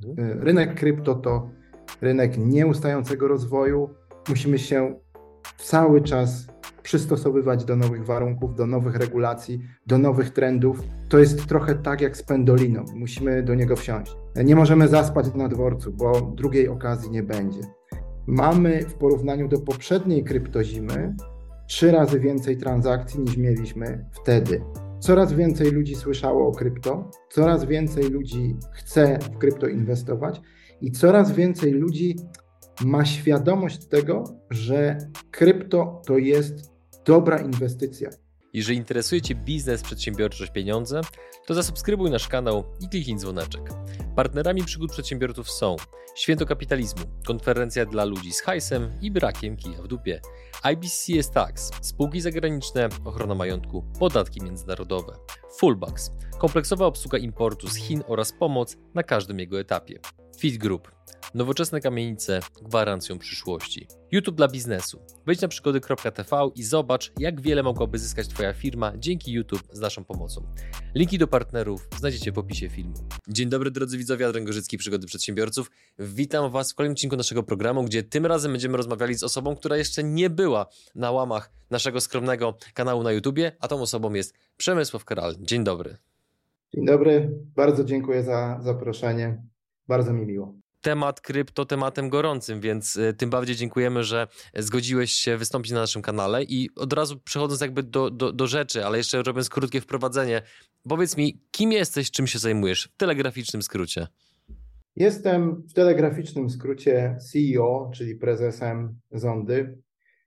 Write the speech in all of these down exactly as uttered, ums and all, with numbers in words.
Rynek krypto to rynek nieustającego rozwoju. Musimy się cały czas przystosowywać do nowych warunków, do nowych regulacji, do nowych trendów. To jest trochę tak jak z pendoliną. Musimy do niego wsiąść. Nie możemy zaspać na dworcu, bo drugiej okazji nie będzie. Mamy w porównaniu do poprzedniej kryptozimy trzy razy więcej transakcji niż mieliśmy wtedy. Coraz więcej ludzi słyszało o krypto, coraz więcej ludzi chce w krypto inwestować i coraz więcej ludzi ma świadomość tego, że krypto to jest dobra inwestycja. Jeżeli interesuje Cię biznes, przedsiębiorczość, pieniądze, to zasubskrybuj nasz kanał i kliknij dzwoneczek. Partnerami przygód przedsiębiorców są Święto Kapitalizmu, konferencja dla ludzi z hajsem i brakiem kija w dupie, I B C S Tax, spółki zagraniczne, ochrona majątku, podatki międzynarodowe, Fullbacks, kompleksowa obsługa importu z Chin oraz pomoc na każdym jego etapie, Fit Group, nowoczesne kamienice gwarancją przyszłości. YouTube dla biznesu. Wejdź na przygody kropka t v i zobacz, jak wiele mogłaby zyskać Twoja firma dzięki YouTube z naszą pomocą. Linki do partnerów znajdziecie w opisie filmu. Dzień dobry drodzy widzowie, Adrian Gorzycki, Przygody Przedsiębiorców. Witam Was w kolejnym odcinku naszego programu, gdzie tym razem będziemy rozmawiali z osobą, która jeszcze nie była na łamach naszego skromnego kanału na YouTubie, a tą osobą jest Przemysław Kral. Dzień dobry. Dzień dobry, bardzo dziękuję za zaproszenie, bardzo mi miło. Temat krypto tematem gorącym, więc tym bardziej dziękujemy, że zgodziłeś się wystąpić na naszym kanale i od razu przechodząc jakby do, do, do rzeczy, ale jeszcze robiąc krótkie wprowadzenie, powiedz mi, kim jesteś, czym się zajmujesz w telegraficznym skrócie? Jestem w telegraficznym skrócie C E O, czyli prezesem Zondy,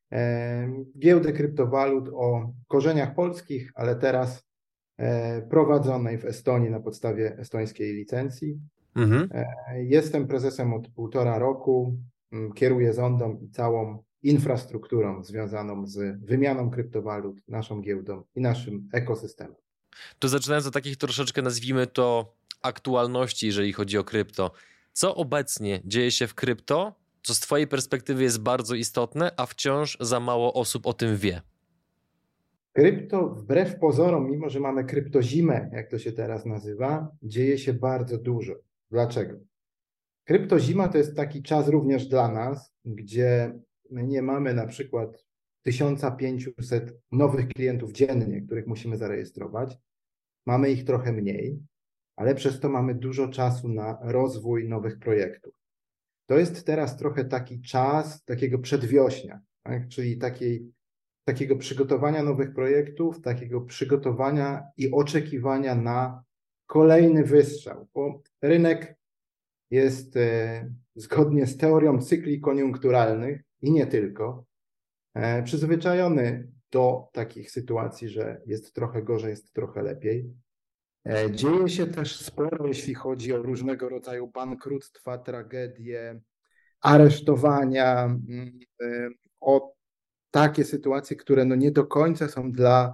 giełdy kryptowalut o korzeniach polskich, ale teraz prowadzonej w Estonii na podstawie estońskiej licencji. Mhm. Jestem prezesem od półtora roku, kieruję Zondą i całą infrastrukturą związaną z wymianą kryptowalut, naszą giełdą i naszym ekosystemem. To zaczynając od takich troszeczkę, nazwijmy to, aktualności, jeżeli chodzi o krypto. Co obecnie dzieje się w krypto, co z Twojej perspektywy jest bardzo istotne, a wciąż za mało osób o tym wie? Krypto, wbrew pozorom, mimo że mamy kryptozimę, jak to się teraz nazywa, dzieje się bardzo dużo. Dlaczego? Kryptozima to jest taki czas również dla nas, gdzie my nie mamy na przykład tysiąc pięćset nowych klientów dziennie, których musimy zarejestrować. Mamy ich trochę mniej, ale przez to mamy dużo czasu na rozwój nowych projektów. To jest teraz trochę taki czas takiego przedwiośnia, tak? Czyli takiej, takiego przygotowania nowych projektów, takiego przygotowania i oczekiwania na kolejny wystrzał, bo rynek jest e, zgodnie z teorią cykli koniunkturalnych i nie tylko, e, przyzwyczajony do takich sytuacji, że jest trochę gorzej, jest trochę lepiej. E, dzieje się też sporo, jeśli chodzi o różnego rodzaju bankructwa, tragedie, aresztowania, e, o takie sytuacje, które no nie do końca są dla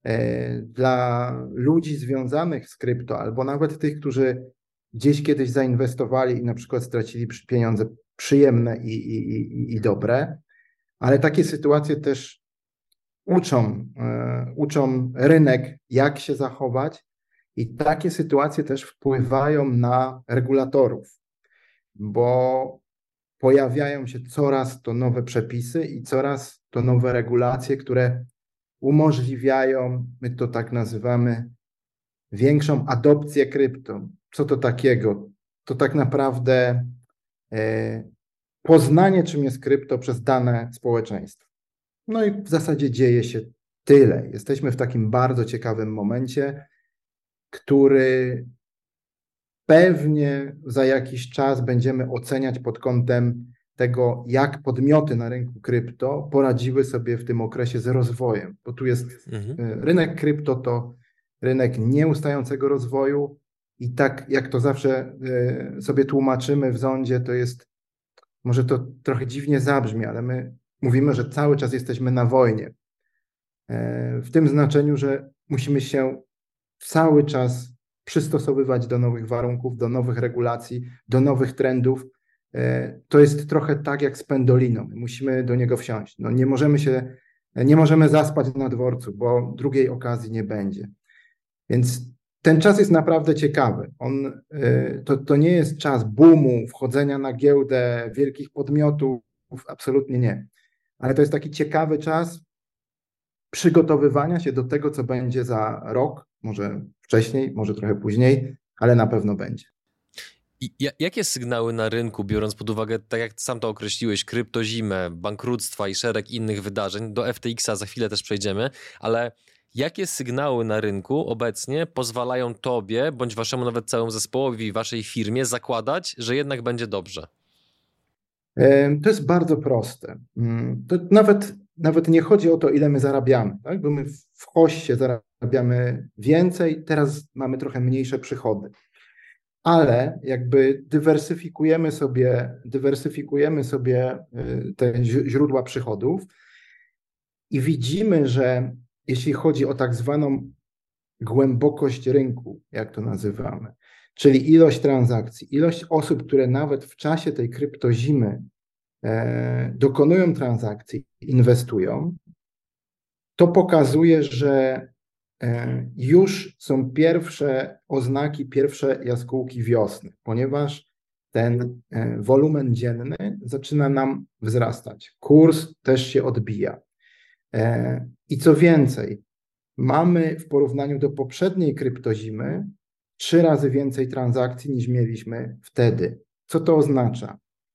dla ludzi związanych z krypto, albo nawet tych, którzy gdzieś kiedyś zainwestowali i na przykład stracili pieniądze przyjemne i, i, i, i dobre, ale takie sytuacje też uczą, e, uczą rynek, jak się zachować i takie sytuacje też wpływają na regulatorów, bo pojawiają się coraz to nowe przepisy i coraz to nowe regulacje, które umożliwiają, my to tak nazywamy, większą adopcję krypto. Co to takiego? To tak naprawdę e, poznanie, czym jest krypto przez dane społeczeństwa. No i w zasadzie dzieje się tyle. Jesteśmy w takim bardzo ciekawym momencie, który pewnie za jakiś czas będziemy oceniać pod kątem tego, jak podmioty na rynku krypto poradziły sobie w tym okresie z rozwojem, bo tu jest mhm. rynek krypto to rynek nieustającego rozwoju i tak jak to zawsze sobie tłumaczymy w Zondzie, to jest, może to trochę dziwnie zabrzmi, ale my mówimy, że cały czas jesteśmy na wojnie. W tym znaczeniu, że musimy się cały czas przystosowywać do nowych warunków, do nowych regulacji, do nowych trendów. To jest trochę tak jak z pendoliną. Musimy do niego wsiąść. No nie możemy się, nie możemy zaspać na dworcu, bo drugiej okazji nie będzie. Więc ten czas jest naprawdę ciekawy. On, to, to nie jest czas boomu, wchodzenia na giełdę wielkich podmiotów, absolutnie nie. Ale to jest taki ciekawy czas przygotowywania się do tego, co będzie za rok, może wcześniej, może trochę później, ale na pewno będzie. I jakie sygnały na rynku, biorąc pod uwagę, tak jak sam to określiłeś, kryptozimę, bankructwa i szereg innych wydarzeń, do F T X a za chwilę też przejdziemy, ale jakie sygnały na rynku obecnie pozwalają tobie, bądź waszemu nawet całemu zespołowi, waszej firmie zakładać, że jednak będzie dobrze? To jest bardzo proste. To nawet, nawet nie chodzi o to, ile my zarabiamy, tak? Bo my w hoście zarabiamy więcej, teraz mamy trochę mniejsze przychody. Ale jakby dywersyfikujemy sobie, dywersyfikujemy sobie te źródła przychodów i widzimy, że jeśli chodzi o tak zwaną głębokość rynku, jak to nazywamy, czyli ilość transakcji, ilość osób, które nawet w czasie tej kryptozimy e, dokonują transakcji, inwestują, to pokazuje, że e, już są pierwsze oznaki, pierwsze jaskółki wiosny, ponieważ ten e, wolumen dzienny zaczyna nam wzrastać. Kurs też się odbija. E, I co więcej, mamy w porównaniu do poprzedniej kryptozimy trzy razy więcej transakcji niż mieliśmy wtedy. Co to oznacza?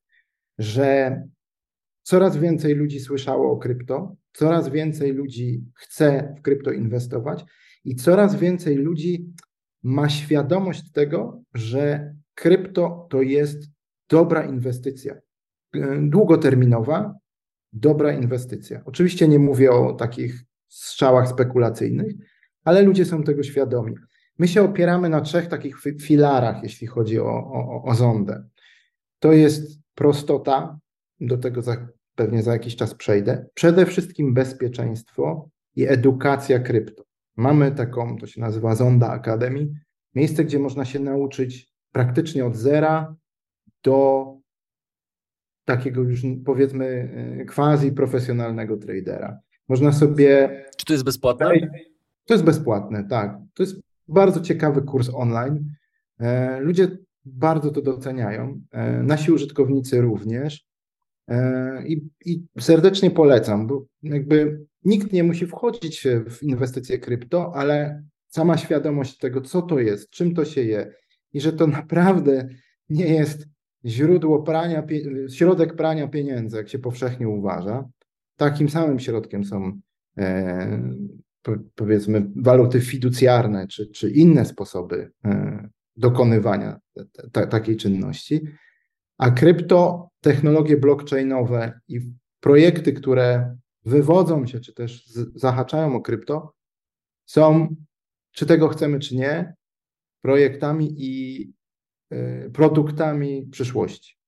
Że coraz więcej ludzi słyszało o krypto, coraz więcej ludzi chce w krypto inwestować i coraz więcej ludzi ma świadomość tego, że krypto to jest dobra inwestycja, długoterminowa, dobra inwestycja. Oczywiście nie mówię o takich strzałach spekulacyjnych, ale ludzie są tego świadomi. My się opieramy na trzech takich filarach, jeśli chodzi o, o, o zondę. To jest prostota, do tego za, pewnie za jakiś czas przejdę. Przede wszystkim bezpieczeństwo i edukacja krypto. Mamy taką, to się nazywa Zonda Academy, miejsce, gdzie można się nauczyć praktycznie od zera do takiego już powiedzmy quasi profesjonalnego tradera. Można sobie... Czy to jest bezpłatne? To jest bezpłatne, tak. To jest bardzo ciekawy kurs online. Ludzie bardzo to doceniają. Nasi użytkownicy również. I, i serdecznie polecam, bo jakby nikt nie musi wchodzić w inwestycje krypto, ale sama świadomość tego, co to jest, czym to się je i że to naprawdę nie jest źródło prania, środek prania pieniędzy, jak się powszechnie uważa. Takim samym środkiem są e, powiedzmy waluty fiducjarne czy, czy inne sposoby e, dokonywania t, t, takiej czynności. A krypto, technologie blockchainowe i projekty, które wywodzą się czy też z, zahaczają o krypto, są, czy tego chcemy, czy nie, projektami i produktami przyszłości.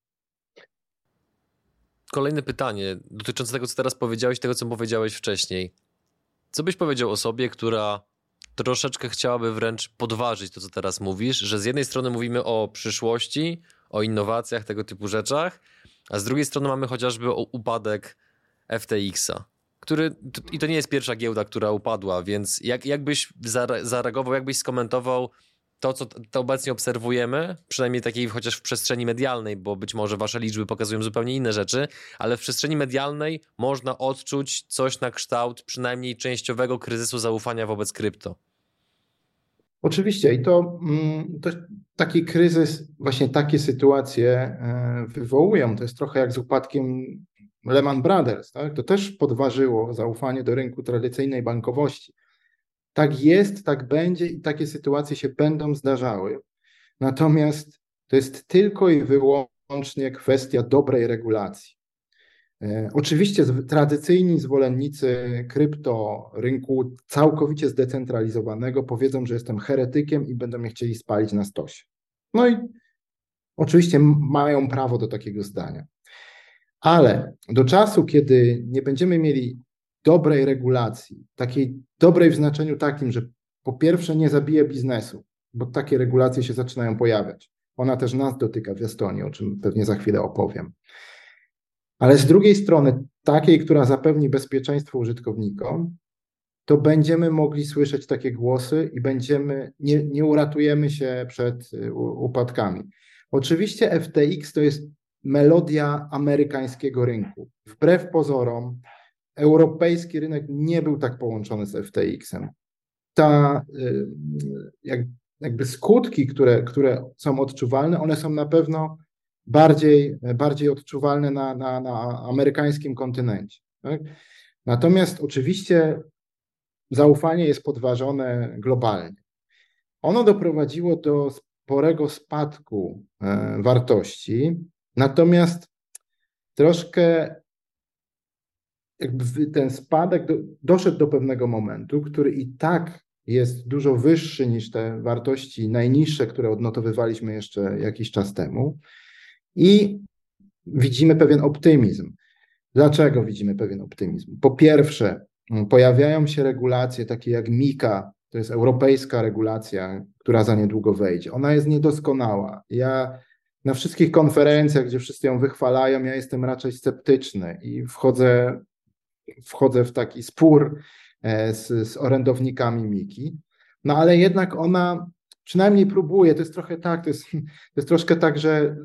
Kolejne pytanie dotyczące tego, co teraz powiedziałeś, tego, co powiedziałeś wcześniej. Co byś powiedział osobie, która troszeczkę chciałaby wręcz podważyć to, co teraz mówisz, że z jednej strony mówimy o przyszłości, o innowacjach, tego typu rzeczach, a z drugiej strony mamy chociażby o upadek F T X a, który, i to nie jest pierwsza giełda, która upadła, więc jak, jak byś zareagował, jak byś skomentował to, co to obecnie obserwujemy, przynajmniej takiej chociaż w przestrzeni medialnej, bo być może wasze liczby pokazują zupełnie inne rzeczy, ale w przestrzeni medialnej można odczuć coś na kształt przynajmniej częściowego kryzysu zaufania wobec krypto. Oczywiście i to, to taki kryzys, właśnie takie sytuacje wywołują. To jest trochę jak z upadkiem Lehman Brothers, tak? To też podważyło zaufanie do rynku tradycyjnej bankowości. Tak jest, tak będzie i takie sytuacje się będą zdarzały. Natomiast to jest tylko i wyłącznie kwestia dobrej regulacji. E, oczywiście tradycyjni zwolennicy krypto, rynku całkowicie zdecentralizowanego powiedzą, że jestem heretykiem i będą mnie chcieli spalić na stosie. No i oczywiście mają prawo do takiego zdania. Ale do czasu, kiedy nie będziemy mieli dobrej regulacji, takiej dobrej w znaczeniu takim, że po pierwsze nie zabije biznesu, bo takie regulacje się zaczynają pojawiać. Ona też nas dotyka w Estonii, o czym pewnie za chwilę opowiem. Ale z drugiej strony takiej, która zapewni bezpieczeństwo użytkownikom, to będziemy mogli słyszeć takie głosy i będziemy, nie, nie uratujemy się przed upadkami. Oczywiście F T X to jest melodia amerykańskiego rynku. Wbrew pozorom, europejski rynek nie był tak połączony z F T X-em. Ta, jak, jakby skutki, które, które są odczuwalne, one są na pewno bardziej, bardziej odczuwalne na, na, na amerykańskim kontynencie. Tak? Natomiast oczywiście zaufanie jest podważone globalnie. Ono doprowadziło do sporego spadku wartości, natomiast troszkę jakby ten spadek do, doszedł do pewnego momentu, który i tak jest dużo wyższy niż te wartości najniższe, które odnotowywaliśmy jeszcze jakiś czas temu i widzimy pewien optymizm. Dlaczego widzimy pewien optymizm? Po pierwsze, pojawiają się regulacje takie jak MiCA, to jest europejska regulacja, która za niedługo wejdzie. Ona jest niedoskonała. Ja na wszystkich konferencjach, gdzie wszyscy ją wychwalają, ja jestem raczej sceptyczny i wchodzę, wchodzę w taki spór z, z orędownikami MiCi. No ale jednak ona przynajmniej próbuje, to jest trochę tak, to jest, to jest troszkę tak, że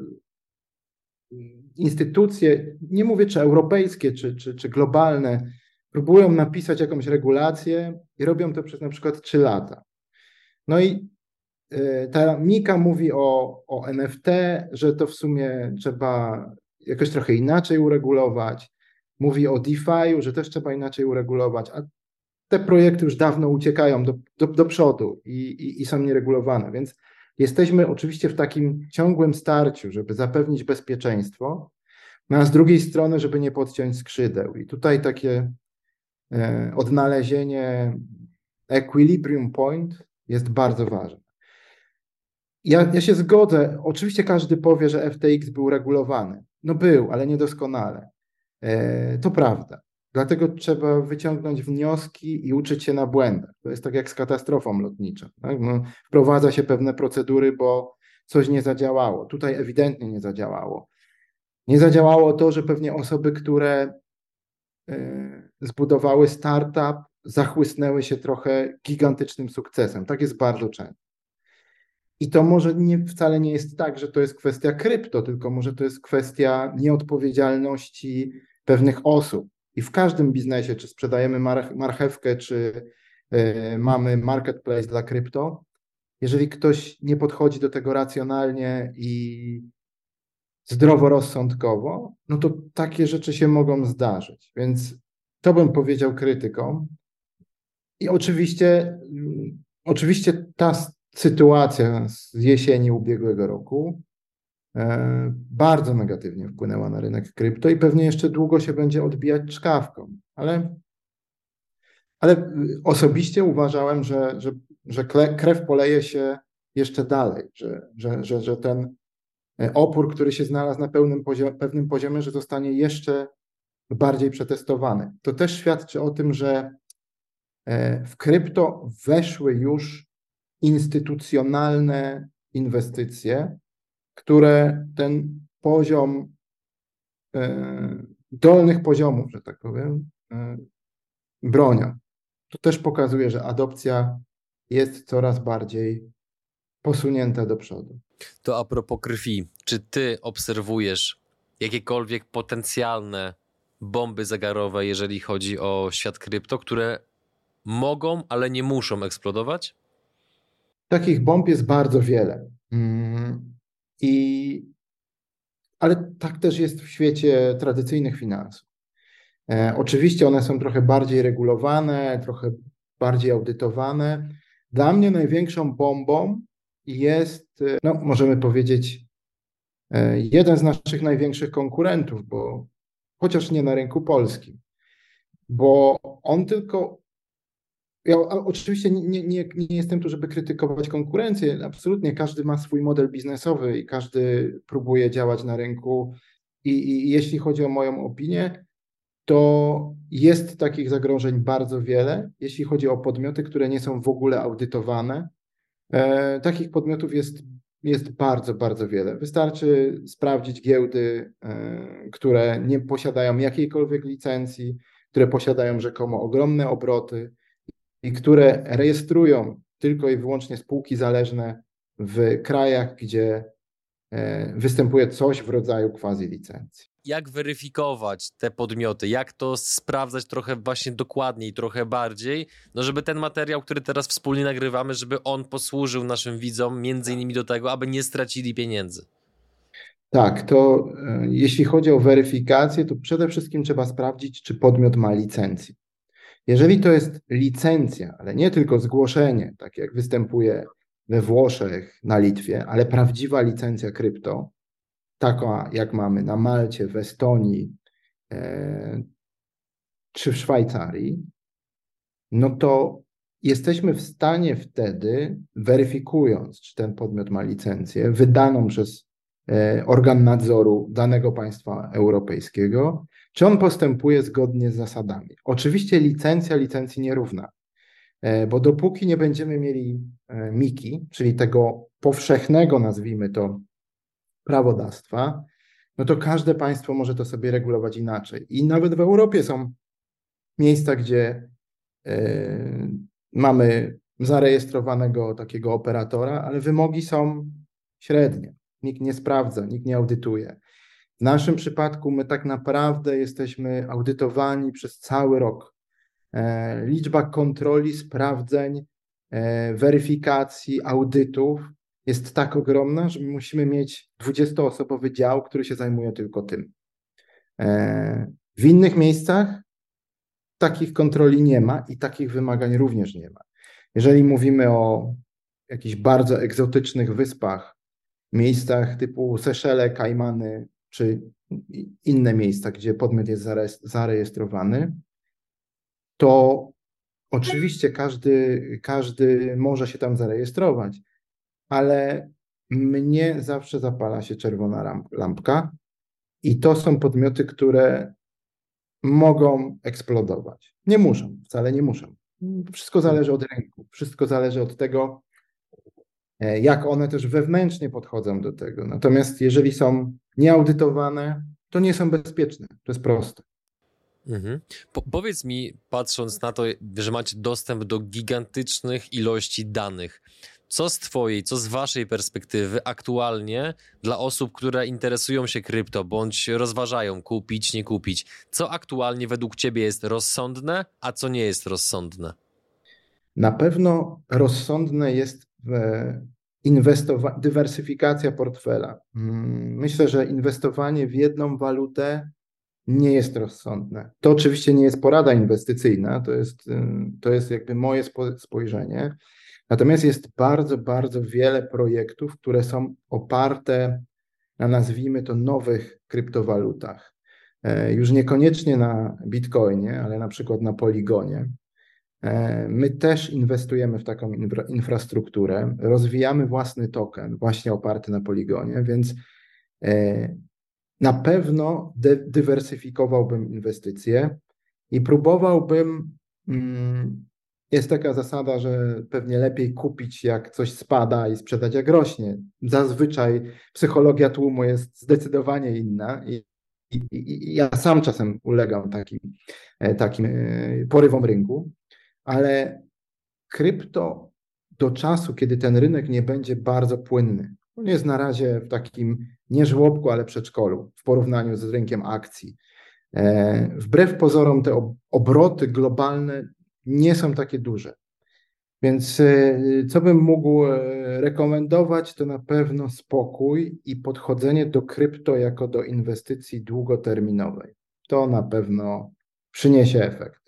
instytucje, nie mówię czy europejskie, czy, czy, czy globalne, próbują napisać jakąś regulację i robią to przez na przykład trzy lata. No i ta MiCA mówi o, o N F T, że to w sumie trzeba jakoś trochę inaczej uregulować. Mówi o DeFi'u, że też trzeba inaczej uregulować, a te projekty już dawno uciekają do, do, do przodu i, i, i są nieregulowane, więc jesteśmy oczywiście w takim ciągłym starciu, żeby zapewnić bezpieczeństwo, no a z drugiej strony, żeby nie podciąć skrzydeł. I tutaj takie e, odnalezienie equilibrium point jest bardzo ważne. Ja, ja się zgodzę, oczywiście każdy powie, że F T X był regulowany. No był, ale niedoskonale. E, to prawda. Dlatego trzeba wyciągnąć wnioski i uczyć się na błędach. To jest tak jak z katastrofą lotniczą. Tak? No, wprowadza się pewne procedury, bo coś nie zadziałało. Tutaj ewidentnie nie zadziałało. Nie zadziałało to, że pewnie osoby, które e, zbudowały startup, zachłysnęły się trochę gigantycznym sukcesem. Tak jest bardzo często. I to może nie, wcale nie jest tak, że to jest kwestia krypto, tylko może to jest kwestia nieodpowiedzialności pewnych osób. I w każdym biznesie, czy sprzedajemy mar- marchewkę, czy y, mamy marketplace dla krypto, jeżeli ktoś nie podchodzi do tego racjonalnie i zdroworozsądkowo, no to takie rzeczy się mogą zdarzyć. Więc to bym powiedział krytykom. I oczywiście, y, oczywiście ta sytuacja z jesieni ubiegłego roku e, bardzo negatywnie wpłynęła na rynek krypto i pewnie jeszcze długo się będzie odbijać czkawką, ale, ale osobiście uważałem, że, że, że krew poleje się jeszcze dalej, że, że, że, że ten opór, który się znalazł na pełnym poziom, pewnym poziomie, że zostanie jeszcze bardziej przetestowany. To też świadczy o tym, że w krypto weszły już instytucjonalne inwestycje, które ten poziom e, dolnych poziomów, że tak powiem, e, bronią. To też pokazuje, że adopcja jest coraz bardziej posunięta do przodu. To a propos krwi, czy ty obserwujesz jakiekolwiek potencjalne bomby zegarowe, jeżeli chodzi o świat krypto, które mogą, ale nie muszą eksplodować? Takich bomb jest bardzo wiele. Mm, i, ale tak też jest w świecie tradycyjnych finansów. E, oczywiście one są trochę bardziej regulowane, trochę bardziej audytowane. Dla mnie największą bombą jest, no możemy powiedzieć, e, jeden z naszych największych konkurentów, bo chociaż nie na rynku polskim, bo on tylko Ja oczywiście nie, nie, nie jestem tu, żeby krytykować konkurencję. Absolutnie każdy ma swój model biznesowy i każdy próbuje działać na rynku. I, i jeśli chodzi o moją opinię, to jest takich zagrożeń bardzo wiele. Jeśli chodzi o podmioty, które nie są w ogóle audytowane, e, takich podmiotów jest, jest bardzo, bardzo wiele. Wystarczy sprawdzić giełdy, e, które nie posiadają jakiejkolwiek licencji, które posiadają rzekomo ogromne obroty i które rejestrują tylko i wyłącznie spółki zależne w krajach, gdzie występuje coś w rodzaju quasi licencji. Jak weryfikować te podmioty, jak to sprawdzać trochę właśnie dokładniej, trochę bardziej, no żeby ten materiał, który teraz wspólnie nagrywamy, żeby on posłużył naszym widzom między innymi do tego, aby nie stracili pieniędzy. Tak, to e, jeśli chodzi o weryfikację, to przede wszystkim trzeba sprawdzić, czy podmiot ma licencję. Jeżeli to jest licencja, ale nie tylko zgłoszenie, tak jak występuje we Włoszech, na Litwie, ale prawdziwa licencja krypto, taka jak mamy na Malcie, w Estonii e, czy w Szwajcarii, no to jesteśmy w stanie wtedy, weryfikując, czy ten podmiot ma licencję wydaną przez e, organ nadzoru danego państwa europejskiego, czy on postępuje zgodnie z zasadami. Oczywiście licencja licencji nierówna, e, bo dopóki nie będziemy mieli e, miki, czyli tego powszechnego, nazwijmy to, prawodawstwa, no to każde państwo może to sobie regulować inaczej. I nawet w Europie są miejsca, gdzie y, mamy zarejestrowanego takiego operatora, ale wymogi są średnie. Nikt nie sprawdza, nikt nie audytuje. W naszym przypadku my tak naprawdę jesteśmy audytowani przez cały rok. E, liczba kontroli, sprawdzeń, e, weryfikacji, audytów jest tak ogromna, że musimy mieć dwudziestoosobowy dział, który się zajmuje tylko tym. W innych miejscach takich kontroli nie ma i takich wymagań również nie ma. Jeżeli mówimy o jakichś bardzo egzotycznych wyspach, miejscach typu Seszele, Kajmany czy inne miejsca, gdzie podmiot jest zarejestrowany, to oczywiście każdy, każdy może się tam zarejestrować, ale mnie zawsze zapala się czerwona lampka i to są podmioty, które mogą eksplodować. Nie muszą, wcale nie muszą. Wszystko zależy od rynku, wszystko zależy od tego, jak one też wewnętrznie podchodzą do tego. Natomiast jeżeli są nieaudytowane, to nie są bezpieczne. To jest proste. Mhm. Po- powiedz mi, patrząc na to, że macie dostęp do gigantycznych ilości danych, co z twojej, co z waszej perspektywy aktualnie dla osób, które interesują się krypto, bądź rozważają kupić, nie kupić, co aktualnie według ciebie jest rozsądne, a co nie jest rozsądne? Na pewno rozsądne jest inwestowa- dywersyfikacja portfela. Myślę, że inwestowanie w jedną walutę nie jest rozsądne. To oczywiście nie jest porada inwestycyjna, to jest, to jest jakby moje spojrzenie. Natomiast jest bardzo, bardzo wiele projektów, które są oparte na, nazwijmy to, nowych kryptowalutach. Już niekoniecznie na Bitcoinie, ale na przykład na Poligonie. My też inwestujemy w taką infra- infrastrukturę, rozwijamy własny token właśnie oparty na Poligonie, więc na pewno dy- dywersyfikowałbym inwestycje i próbowałbym, mm, jest taka zasada, że pewnie lepiej kupić jak coś spada i sprzedać jak rośnie. Zazwyczaj psychologia tłumu jest zdecydowanie inna i, i, i ja sam czasem ulegam takim, takim porywom rynku, ale krypto do czasu, kiedy ten rynek nie będzie bardzo płynny, on jest na razie w takim nie żłobku, ale przedszkolu w porównaniu z rynkiem akcji. Wbrew pozorom te obroty globalne nie są takie duże. Więc co bym mógł rekomendować, to na pewno spokój i podchodzenie do krypto jako do inwestycji długoterminowej. To na pewno przyniesie efekt.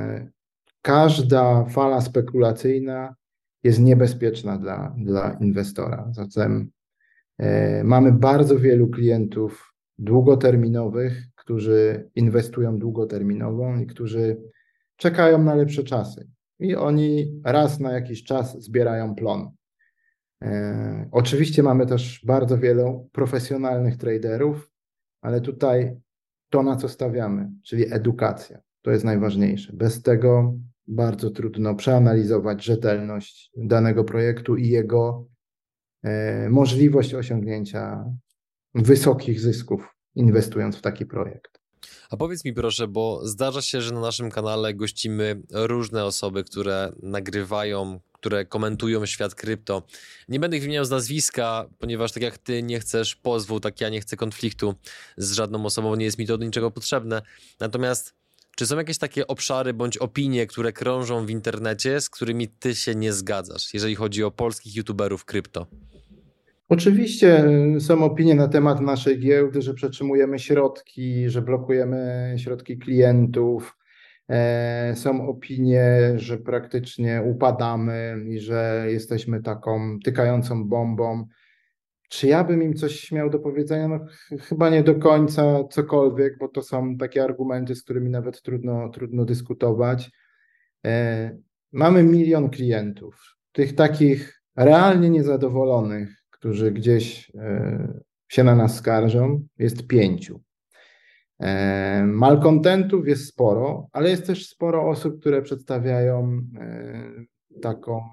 Każda fala spekulacyjna jest niebezpieczna dla, dla inwestora. Zatem e, mamy bardzo wielu klientów długoterminowych, którzy inwestują długoterminowo i którzy czekają na lepsze czasy. I oni raz na jakiś czas zbierają plon. E, oczywiście mamy też bardzo wielu profesjonalnych traderów, ale tutaj to, na co stawiamy, czyli edukacja, to jest najważniejsze. Bez tego bardzo trudno przeanalizować rzetelność danego projektu i jego e, możliwość osiągnięcia wysokich zysków, inwestując w taki projekt. A powiedz mi proszę, bo zdarza się, że na naszym kanale gościmy różne osoby, które nagrywają, które komentują świat krypto. Nie będę ich wymieniał z nazwiska, ponieważ tak jak ty nie chcesz pozwu, tak ja nie chcę konfliktu z żadną osobą, nie jest mi to do niczego potrzebne. Natomiast czy są jakieś takie obszary bądź opinie, które krążą w internecie, z którymi ty się nie zgadzasz, jeżeli chodzi o polskich youtuberów krypto? Oczywiście są opinie na temat naszej giełdy, że przetrzymujemy środki, że blokujemy środki klientów. E, Są opinie, że praktycznie upadamy i że jesteśmy taką tykającą bombą. Czy ja bym im coś śmiał do powiedzenia? No, ch- chyba nie do końca cokolwiek, bo to są takie argumenty, z którymi nawet trudno, trudno dyskutować. E, Mamy milion klientów, tych takich realnie niezadowolonych, którzy gdzieś e, się na nas skarżą, jest pięciu. E, Malkontentów jest sporo, ale jest też sporo osób, które przedstawiają e, taką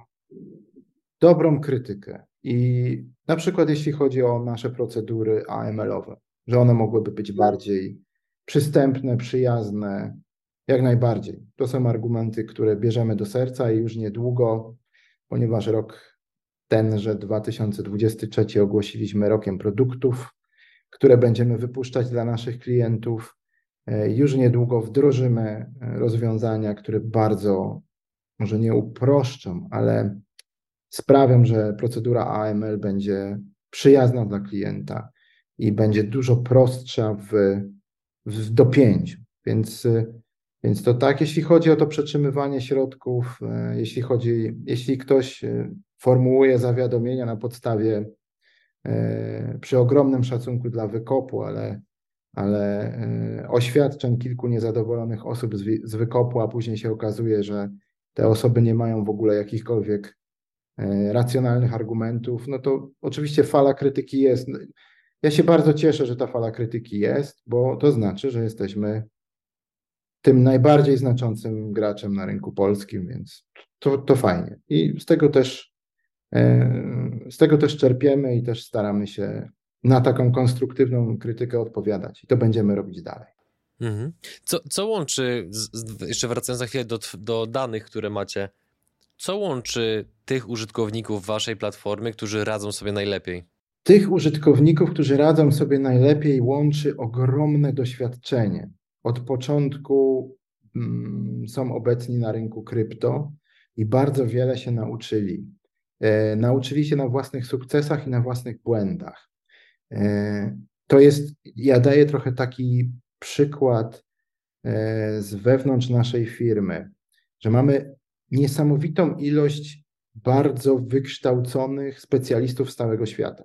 dobrą krytykę. I na przykład jeśli chodzi o nasze procedury A M L-owe, że one mogłyby być bardziej przystępne, przyjazne, jak najbardziej. To są argumenty, które bierzemy do serca i już niedługo, ponieważ rok tenże dwa tysiące dwudziesty trzeci ogłosiliśmy rokiem produktów, które będziemy wypuszczać dla naszych klientów. E, Już niedługo wdrożymy rozwiązania, które bardzo, może nie uproszczą, ale sprawią, że procedura A M L będzie przyjazna dla klienta i będzie dużo prostsza w, w dopięciu. Więc, więc to tak, jeśli chodzi o to przetrzymywanie środków, e, jeśli chodzi, jeśli ktoś e, formułuje zawiadomienia na podstawie e, przy ogromnym szacunku dla wykopu, ale, ale e, oświadczeń kilku niezadowolonych osób z, wi- z wykopu, a później się okazuje, że te osoby nie mają w ogóle jakichkolwiek e, racjonalnych argumentów, no to oczywiście fala krytyki jest. No, ja się bardzo cieszę, że ta fala krytyki jest, bo to znaczy, że jesteśmy tym najbardziej znaczącym graczem na rynku polskim, więc to, to fajnie. I z tego też, e, z tego też czerpiemy i też staramy się na taką konstruktywną krytykę odpowiadać. I to będziemy robić dalej. Mhm. Co, co łączy, z, z, jeszcze wracając za chwilę do, do danych, które macie, co łączy tych użytkowników waszej platformy, którzy radzą sobie najlepiej? Tych użytkowników, którzy radzą sobie najlepiej, łączy ogromne doświadczenie. Od początku mm, są obecni na rynku krypto i bardzo wiele się nauczyli. E, nauczyli się na własnych sukcesach i na własnych błędach. E, to jest, ja daję trochę taki przykład e, z wewnątrz naszej firmy, że mamy niesamowitą ilość bardzo wykształconych specjalistów z całego świata.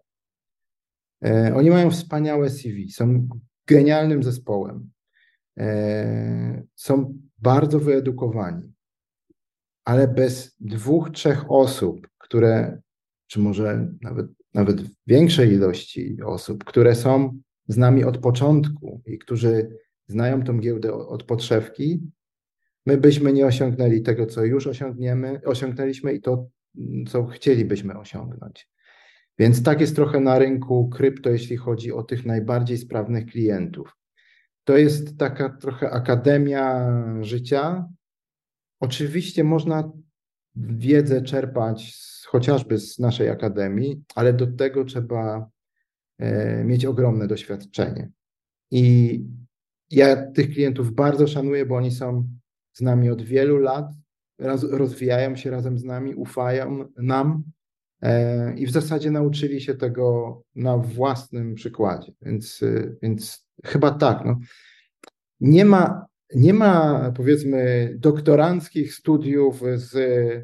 E, Oni mają wspaniałe C V, są genialnym zespołem, e, są bardzo wyedukowani, ale bez dwóch, trzech osób, które, czy może nawet, nawet większej ilości osób, które są z nami od początku i którzy znają tą giełdę od podszewki, my byśmy nie osiągnęli tego, co już osiągniemy, osiągnęliśmy i to, co chcielibyśmy osiągnąć. Więc tak jest trochę na rynku krypto, jeśli chodzi o tych najbardziej sprawnych klientów. To jest taka trochę akademia życia. Oczywiście można wiedzę czerpać z, chociażby z naszej akademii, ale do tego trzeba e, mieć ogromne doświadczenie. I ja tych klientów bardzo szanuję, bo oni są z nami od wielu lat, raz, rozwijają się razem z nami, ufają nam e, i w zasadzie nauczyli się tego na własnym przykładzie. Więc, e, więc chyba tak. No. Nie ma, nie ma, powiedzmy, doktoranckich studiów z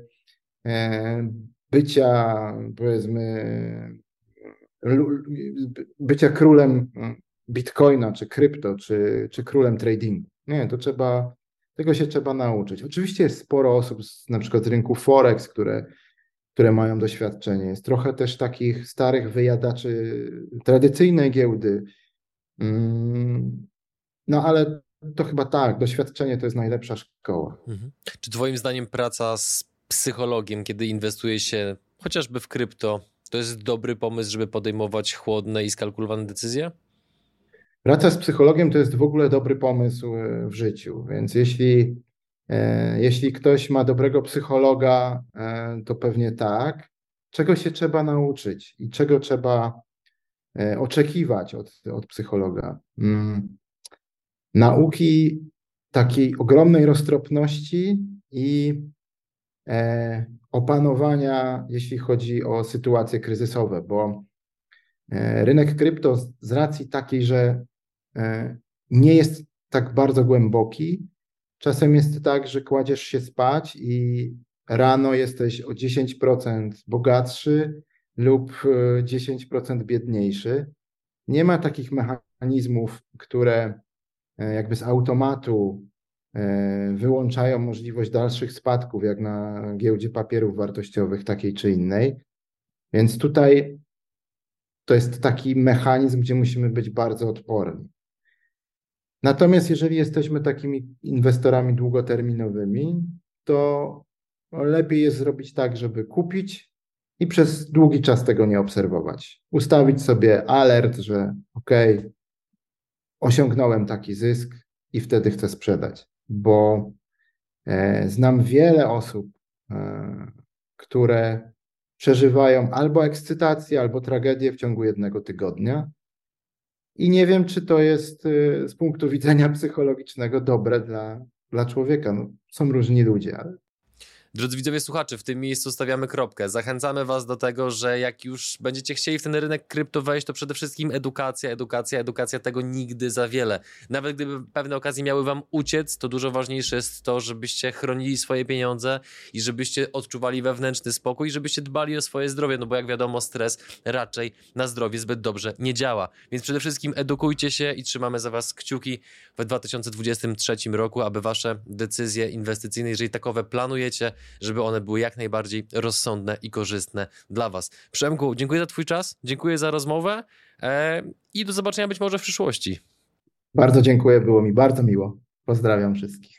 e, bycia, powiedzmy, lu- bycia królem Bitcoina, czy krypto, czy, czy królem tradingu. Nie, to trzeba, tego się trzeba nauczyć. Oczywiście jest sporo osób z, na przykład z rynku Forex, które, które mają doświadczenie. Jest trochę też takich starych wyjadaczy tradycyjnej giełdy. Mm, No ale to chyba tak, doświadczenie to jest najlepsza szkoła. Mhm. Czy twoim zdaniem praca z psychologiem, kiedy inwestuje się chociażby w krypto, to jest dobry pomysł, żeby podejmować chłodne i skalkulowane decyzje? Praca z psychologiem to jest w ogóle dobry pomysł w życiu, więc jeśli, jeśli ktoś ma dobrego psychologa, to pewnie tak. Czego się trzeba nauczyć i czego trzeba oczekiwać od, od psychologa? Hmm. Nauki takiej ogromnej roztropności i e, opanowania, jeśli chodzi o sytuacje kryzysowe, bo e, rynek krypto z, z racji takiej, że e, nie jest tak bardzo głęboki, czasem jest tak, że kładziesz się spać i rano jesteś o dziesięć procent bogatszy lub dziesięć procent biedniejszy. Nie ma takich mechanizmów, które jakby z automatu wyłączają możliwość dalszych spadków, jak na giełdzie papierów wartościowych takiej czy innej. Więc tutaj to jest taki mechanizm, gdzie musimy być bardzo odporni. Natomiast jeżeli jesteśmy takimi inwestorami długoterminowymi, to lepiej jest zrobić tak, żeby kupić i przez długi czas tego nie obserwować. Ustawić sobie alert, że ok, osiągnąłem taki zysk i wtedy chcę sprzedać, bo e, znam wiele osób, e, które przeżywają albo ekscytację, albo tragedię w ciągu jednego tygodnia i nie wiem, czy to jest e, z punktu widzenia psychologicznego dobre dla, dla człowieka. No, są różni ludzie, ale Drodzy widzowie, słuchacze, w tym miejscu stawiamy kropkę. Zachęcamy was do tego, że jak już będziecie chcieli w ten rynek krypto wejść, to przede wszystkim edukacja, edukacja, edukacja, tego nigdy za wiele. Nawet gdyby pewne okazje miały wam uciec, to dużo ważniejsze jest to, żebyście chronili swoje pieniądze i żebyście odczuwali wewnętrzny spokój i żebyście dbali o swoje zdrowie, no bo jak wiadomo, stres raczej na zdrowie zbyt dobrze nie działa. Więc przede wszystkim edukujcie się i trzymamy za was kciuki w dwa tysiące dwudziestym trzecim roku, aby wasze decyzje inwestycyjne, jeżeli takowe planujecie, żeby one były jak najbardziej rozsądne i korzystne dla was. Przemku, dziękuję za twój czas, dziękuję za rozmowę e, i do zobaczenia być może w przyszłości. Bardzo dziękuję, było mi bardzo miło. Pozdrawiam wszystkich.